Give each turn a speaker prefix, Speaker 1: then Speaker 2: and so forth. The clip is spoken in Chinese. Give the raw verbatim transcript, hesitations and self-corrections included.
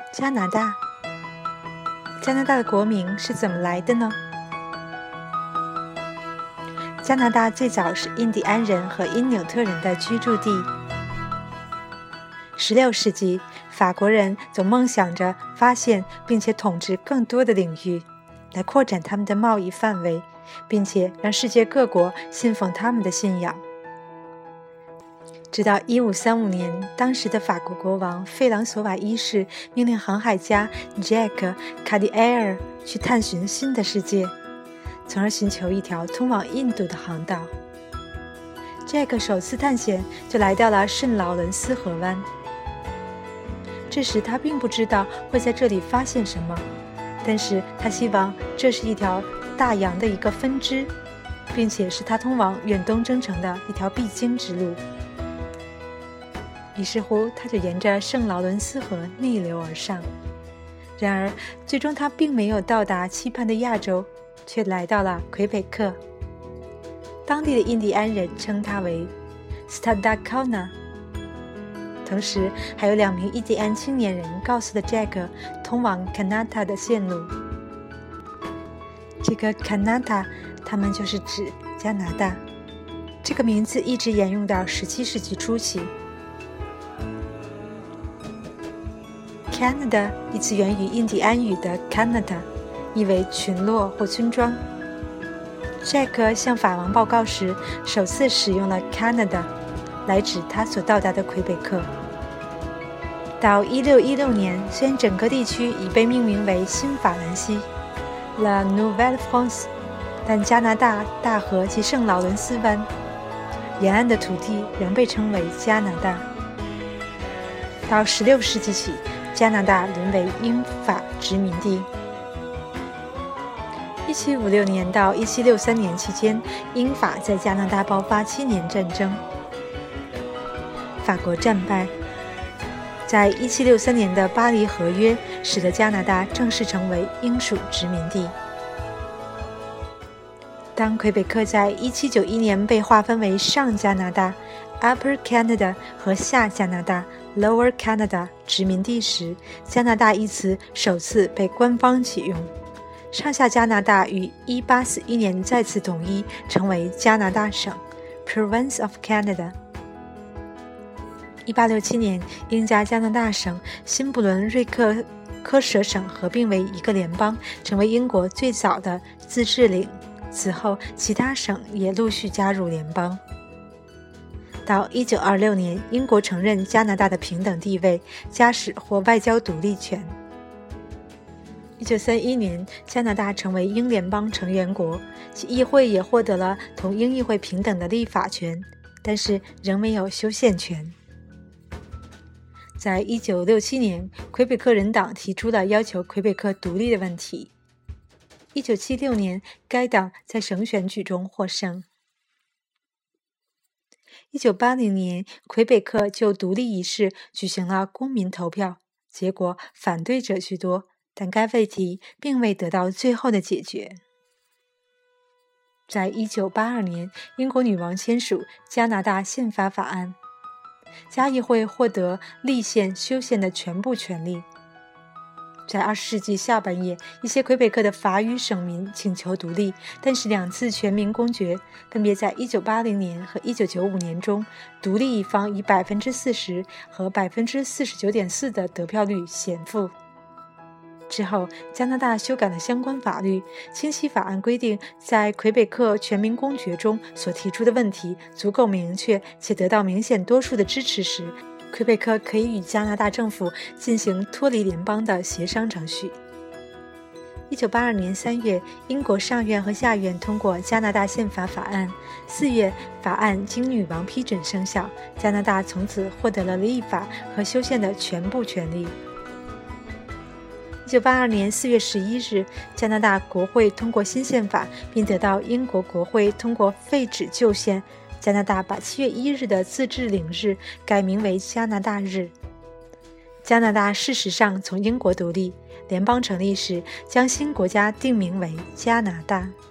Speaker 1: 加拿大。加拿大的国名是怎么来的呢？加拿大最早是印第安人和因纽特人的居住地。十六世纪，法国人总梦想着发现并且统治更多的领域，来扩展他们的贸易范围，并且让世界各国信奉他们的信仰。直到一五三五年，当时的法国国王费朗索瓦一世命令航海家 Jacques Cartier 去探寻新的世界，从而寻求一条通往印度的航道。Jacques 首次探险就来到了圣劳伦斯河湾。这时他并不知道会在这里发现什么，但是他希望这是一条大洋的一个分支，并且是他通往远东征程的一条必经之路。于是乎，他就沿着圣劳伦斯河逆流而上。然而，最终他并没有到达期盼的亚洲，却来到了魁北克。当地的印第安人称他为 Stadacona。同时，还有两名印第安青年人告诉了 Jack 通往 Kanata 的线路。这个 Kanata， 他们就是指加拿大。这个名字一直沿用到十七世纪初期。Canada 一词源于印第安语的 Canada， 意为群落或村庄。Jack 向法王报告时，首次使用了 Canada 来指他所到达的魁北克。到一六一六年，虽然整个地区已被命名为新法兰西 La Nouvelle France， 但加拿大大河及圣劳伦斯湾沿岸的土地仍被称为加拿大。到十六世纪起，加拿大沦为英法殖民地。一七五六年到一七六三年期间，英法在加拿大爆发七年战争，法国战败。在一七六三年的巴黎合约使得加拿大正式成为英属殖民地。当魁北克在一七九一年被划分为上加拿大 Upper Canada 和下加拿大 Lower Canada 殖民地时，加拿大一词首次被官方启用。上下加拿大于一八四一年再次统一，成为加拿大省 Province of Canada。一八六七年，英加加拿大省新布伦瑞克科舍省合并为一个联邦，成为英国最早的自治领。此后，其他省也陆续加入联邦。到一九二六年，英国承认加拿大的平等地位，加使或外交独立权。一九三一年，加拿大成为英联邦成员国，其议会也获得了同英议会平等的立法权，但是仍没有修宪权。在一九六七年，魁北克人党提出了要求魁北克独立的问题。一九七六年，该党在省选举中获胜。一九八零年，魁北克就独立一事举行了公民投票，结果反对者居多，但该问题并未得到最后的解决。在一九八二年，英国女王签署加拿大宪法法案，加议会获得立宪修宪的全部权利。在二十世纪下半叶，一些魁北克的法语省民请求独立，但是两次全民公决，分别在一九八零年和一九九五年中，独立一方以百分之四十和百分之四十九点四的得票率险负。之后，加拿大修改了相关法律，清晰法案规定，在魁北克全民公决中所提出的问题足够明确且得到明显多数的支持时，魁北克可以与加拿大政府进行脱离联邦的协商程序。一九八二年三月，英国上院和下院通过加拿大宪法法案。四月，法案经女王批准生效，加拿大从此获得了立法和修宪的全部权利。一九八二年四月十一日，加拿大国会通过新宪法，并得到英国国会通过废止旧宪。加拿大把七月一日的自治领日改名为加拿大日。加拿大事实上从英国独立，联邦成立时将新国家定名为加拿大。